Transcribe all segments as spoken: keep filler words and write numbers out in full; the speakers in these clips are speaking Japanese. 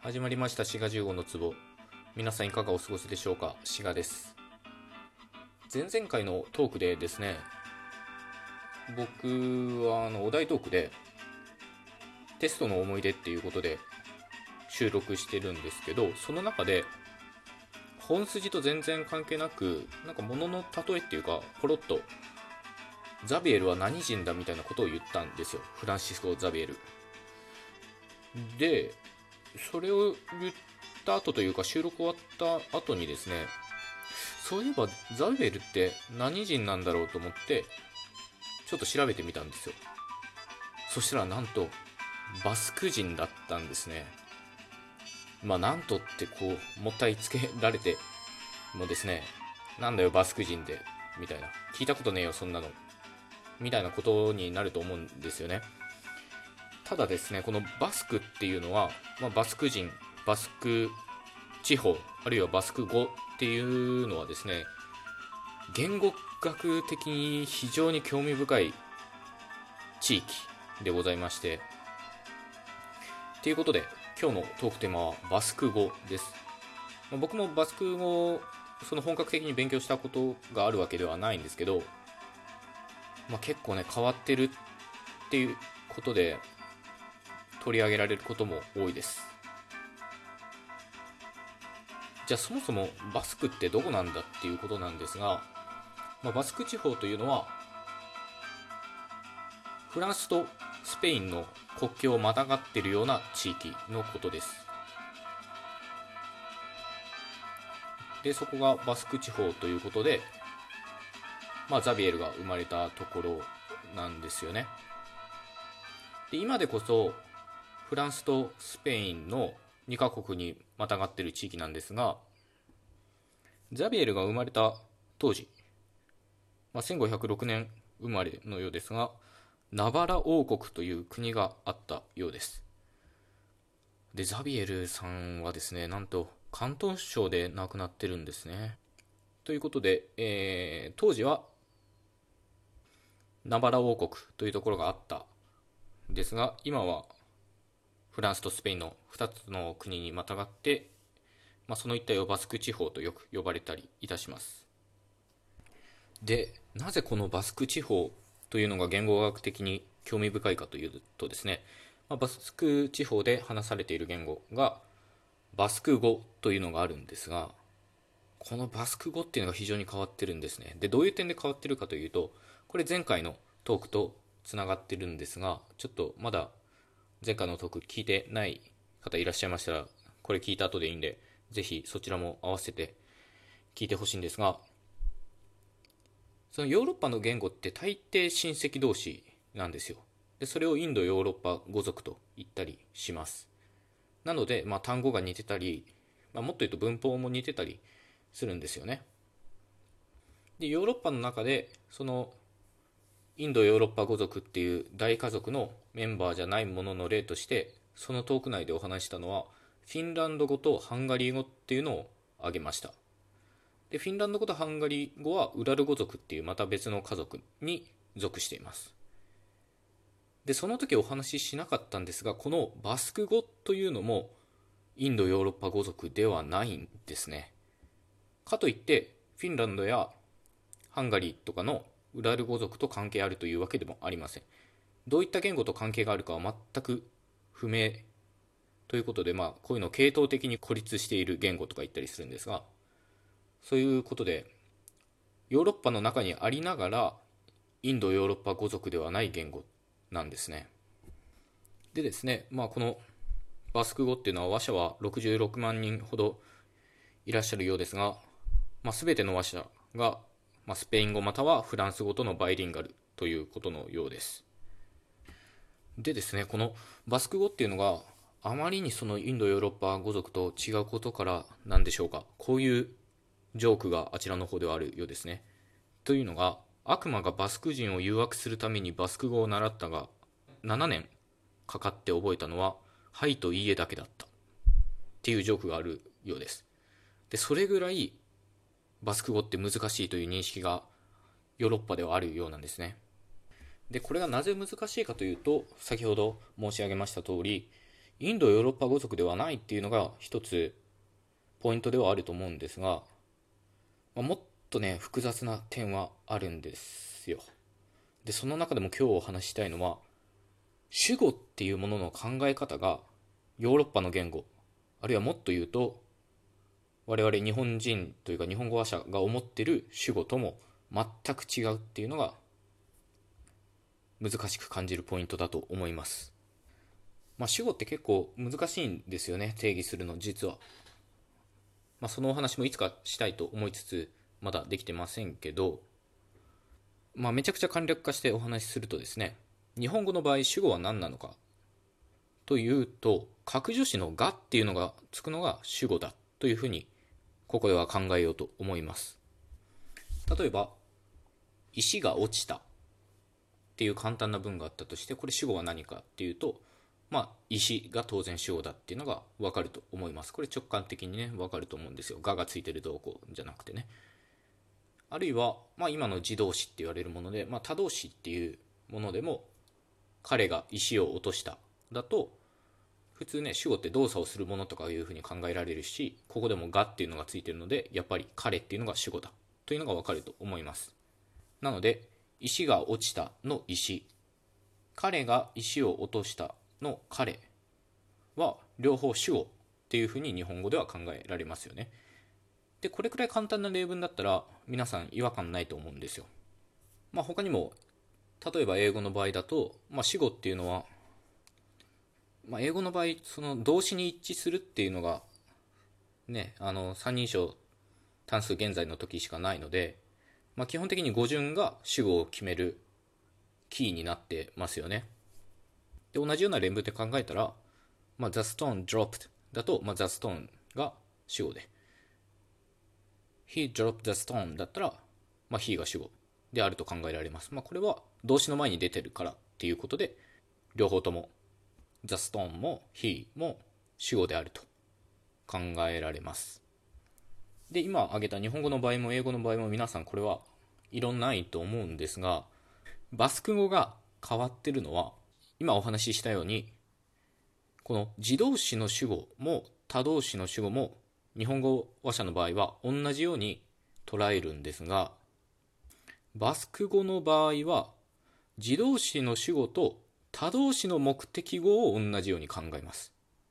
始まりました。滋賀じゅうごの壺。皆さんいかがお過ごしでしょうか。滋賀です。前々回のトークでですね、僕はあのお題トークでテストの思い出っていうことで収録してるんですけど、その中で本筋と全然関係なく、なんか物の例えっていうか、ポロッとザビエルは何人だみたいなことを言ったんですよ。フランシスコ・ザビエルで、それを言った後というか、収録終わった後にですね、そういえばザビエルって何人なんだろうと思ってちょっと調べてみたんですよ。そしたらなんとバスク人だったんですね。まあなんとってこうもったいつけられてもですね、なんだよバスク人でみたいな、聞いたことねえよそんなのみたいなことになると思うんですよね。ただですね、このバスクっていうのは、まあ、バスク人、バスク地方、あるいはバスク語っていうのはですね、言語学的に非常に興味深い地域でございまして、ということで今日のトークテーマはバスク語です。まあ、僕もバスク語をその本格的に勉強したことがあるわけではないんですけど、まあ、結構ね変わってるっていうことで取り上げられることも多いです。じゃあそもそもバスクってどこなんだっていうことなんですが、まあ、バスク地方というのはフランスとスペインの国境をまたがっているような地域のことです。でそこがバスク地方ということで、まあ、ザビエルが生まれたところなんですよね。で今でこそフランスとスペインのにカ国にまたがっている地域なんですが、ザビエルが生まれた当時、まあ、せんごひゃくろくねん生まれのようですが、ナバラ王国という国があったようです。でザビエルさんはですね、なんと広東省で亡くなってるんですね。ということで、えー当時はナバラ王国というところがあったんですが、今はフランスとスペインのふたつの国にまたがって、まあ、その一帯をバスク地方とよく呼ばれたりいたします。でなぜこのバスク地方というのが言語学的に興味深いかというとですね、まあ、バスク地方で話されている言語がバスク語というのがあるんですが、このバスク語っていうのが非常に変わってるんですね。でどういう点で変わってるかというと、これ前回のトークとつながってるんですが、ちょっとまだ前回のトーク聞いてない方いらっしゃいましたら、これ聞いた後でいいんでぜひそちらも合わせて聞いてほしいんですが、そのヨーロッパの言語って大抵親戚同士なんですよ。でそれをインドヨーロッパ語族と言ったりします。なので、まあ、単語が似てたり、まあ、もっと言うと文法も似てたりするんですよね。でヨーロッパの中でそのインドヨーロッパ語族っていう大家族のメンバーじゃないものの例として、そのトーク内でお話したのはフィンランド語とハンガリー語っていうのを挙げました。でフィンランド語とハンガリー語はウラル語族っていうまた別の家族に属しています。でその時お話ししなかったんですが、このバスク語というのもインドヨーロッパ語族ではないんですね。かといってフィンランドやハンガリーとかのウラル語族と関係あるというわけでもありません。どういった言語と関係があるかは全く不明ということで、まあ、こういうのを系統的に孤立している言語とか言ったりするんですが、そういうことでヨーロッパの中にありながらインドヨーロッパ語族ではない言語なんですね。でですね、まあ、このバスク語っていうのは話者はろくじゅうろくまんにんほどいらっしゃるようですが、まあ、全ての話者が、まあ、スペイン語またはフランス語とのバイリンガルということのようです。でですね、このバスク語っていうのがあまりにそのインドヨーロッパ語族と違うことからなんでしょうか、こういうジョークがあちらの方ではあるようですね。というのが、悪魔がバスク人を誘惑するためにバスク語を習ったがななねんかかって覚えたのははいといいえだけだったっていうジョークがあるようです。でそれぐらいバスク語って難しいという認識がヨーロッパではあるようなんですね。でこれがなぜ難しいかというと、先ほど申し上げました通り、 インドヨーロッパ語族ではないっていうのが一つポイントではあると思うんですが、まあ、もっとね複雑な点はあるんですよ。でその中でも今日お話ししたいのは、主語っていうものの考え方がヨーロッパの言語、あるいはもっと言うと我々日本人というか日本語話者が思ってる主語とも全く違うっていうのが難しく感じるポイントだと思います。まあ主語って結構難しいんですよね、定義するの実は。まあそのお話もいつかしたいと思いつつまだできてませんけど、まあめちゃくちゃ簡略化してお話しするとですね、日本語の場合主語は何なのかというと、格助詞のがっていうのがつくのが主語だというふうにここでは考えようと思います。例えば石が落ちたっていう簡単な文があったとして、これ主語は何かっていうと、まあ石が当然主語だっていうのが分かると思います。これ直感的にね分かると思うんですよ。ががついてるどうこうじゃなくてね。あるいは、まあ、今の自動詞って言われるもので、まあ、他動詞っていうものでも、彼が石を落としただと、普通ね主語って動作をするものとかいうふうに考えられるし、ここでもがっていうのがついてるので、やっぱり彼っていうのが主語だというのが分かると思います。なので石が落ちたの石、彼が石を落としたの彼は両方主語っていうふうに日本語では考えられますよね。でこれくらい簡単な例文だったら皆さん違和感ないと思うんですよ。まあ他にも、例えば英語の場合だと、まあ、主語っていうのは、まあ、英語の場合その動詞に一致するっていうのがね、あの三人称単数現在の時しかないので、まあ、基本的に語順が主語を決めるキーになってますよね。で同じような例文で考えたら、まあ、The stone dropped だと、まあ、The stone が主語で、He dropped the stone だったら、まあ、he が主語であると考えられます。まあ、これは動詞の前に出てるからっていうことで、両方とも the stone も he も主語であると考えられます。で今挙げた日本語の場合も英語の場合も皆さんこれは異論ないと思うんですが、バスク語が変わってるのは、今お話ししたようにこの自動詞の主語も他動詞の主語も日本語話者の場合は同じように捉えるんですが、バスク語の場合は自動詞の主語と他動詞の目的語を同じように考えます。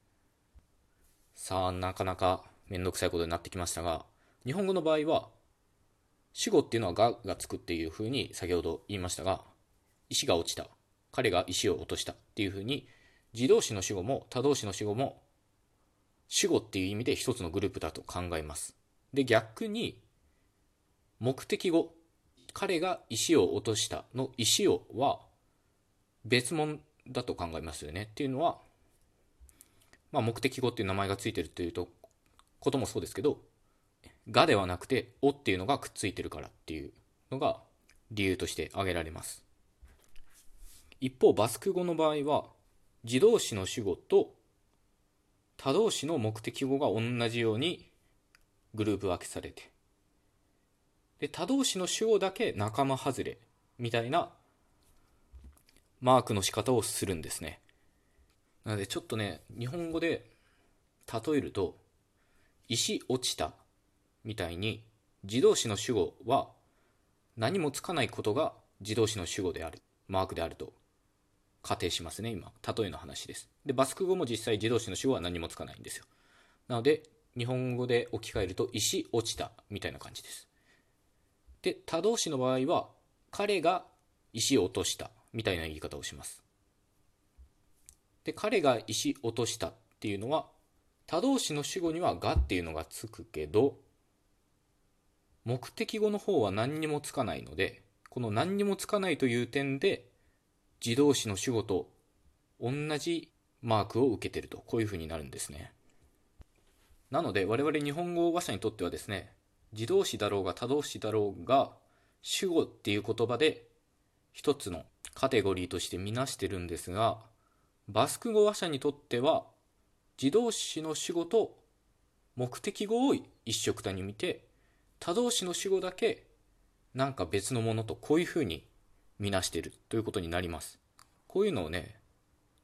さあなかなかめんどくさいことになってきましたが、日本語の場合は主語っていうのはががつくっていうふうに先ほど言いましたが、石が落ちた、彼が石を落としたっていうふうに自動詞の主語も他動詞の主語も主語っていう意味で一つのグループだと考えます。で逆に目的語、彼が石を落としたの石をは別物だと考えますよね。っていうのは、まあ、目的語っていう名前がついてるというとこともそうですけど、がではなくておっていうのがくっついてるからっていうのが理由として挙げられます。一方バスク語の場合は自動詞の主語と他動詞の目的語が同じようにグループ分けされて、で他動詞の主語だけ仲間外れみたいなマークの仕方をするんですね。なのでちょっとね日本語で例えると、石落ちたみたいに自動詞の主語は何もつかないことが自動詞の主語である、マークであると仮定しますね。今例えの話です。でバスク語も実際自動詞の主語は何もつかないんですよ。なので日本語で置き換えると石落ちたみたいな感じです。で他動詞の場合は彼が石を落としたみたいな言い方をします。で彼が石落としたっていうのは他動詞の主語にはがっていうのがつくけど、目的語の方は何にもつかないので、この何にもつかないという点で自動詞の主語と同じマークを受けていると、こういうふうになるんですね。なので我々日本語話者にとってはですね、自動詞だろうが他動詞だろうが主語っていう言葉で一つのカテゴリーとして見なしてるんですが、バスク語話者にとっては自動詞の主語と目的語を一緒くたに見て、他動詞の主語だけなんか別のものとこういうふうに見なしているということになります。こういうのをね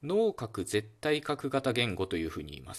脳角絶対角型言語というふうに言います。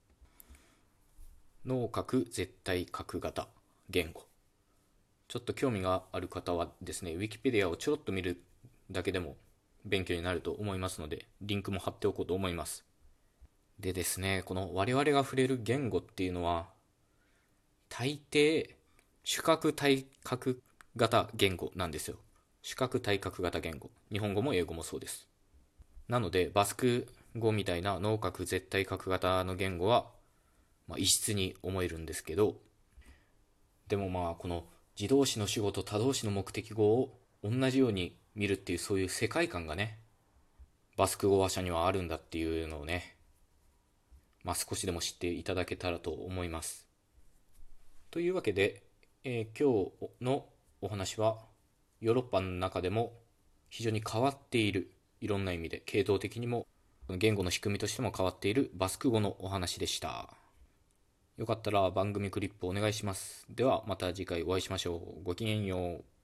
脳角絶対角型言語。ちょっと興味がある方はですね、ウィキペディアをちょろっと見るだけでも勉強になると思いますので、リンクも貼っておこうと思います。でですね、この我々が触れる言語っていうのは、大抵主格対角型言語なんですよ。主格対角型言語。日本語も英語もそうです。なので、バスク語みたいな脳角絶対角型の言語は、まあ、異質に思えるんですけど、でもまあ、この自動詞の主語と他動詞の目的語を同じように見るっていう、そういう世界観がね、バスク語話者にはあるんだっていうのをね、まあ、少しでも知っていただけたらと思います。というわけで、えー今日のお話はヨーロッパの中でも非常に変わっている、いろんな意味で系統的にも言語の仕組みとしても変わっているバスク語のお話でした。よかったら番組クリップお願いします。ではまた次回お会いしましょう。ごきげんよう。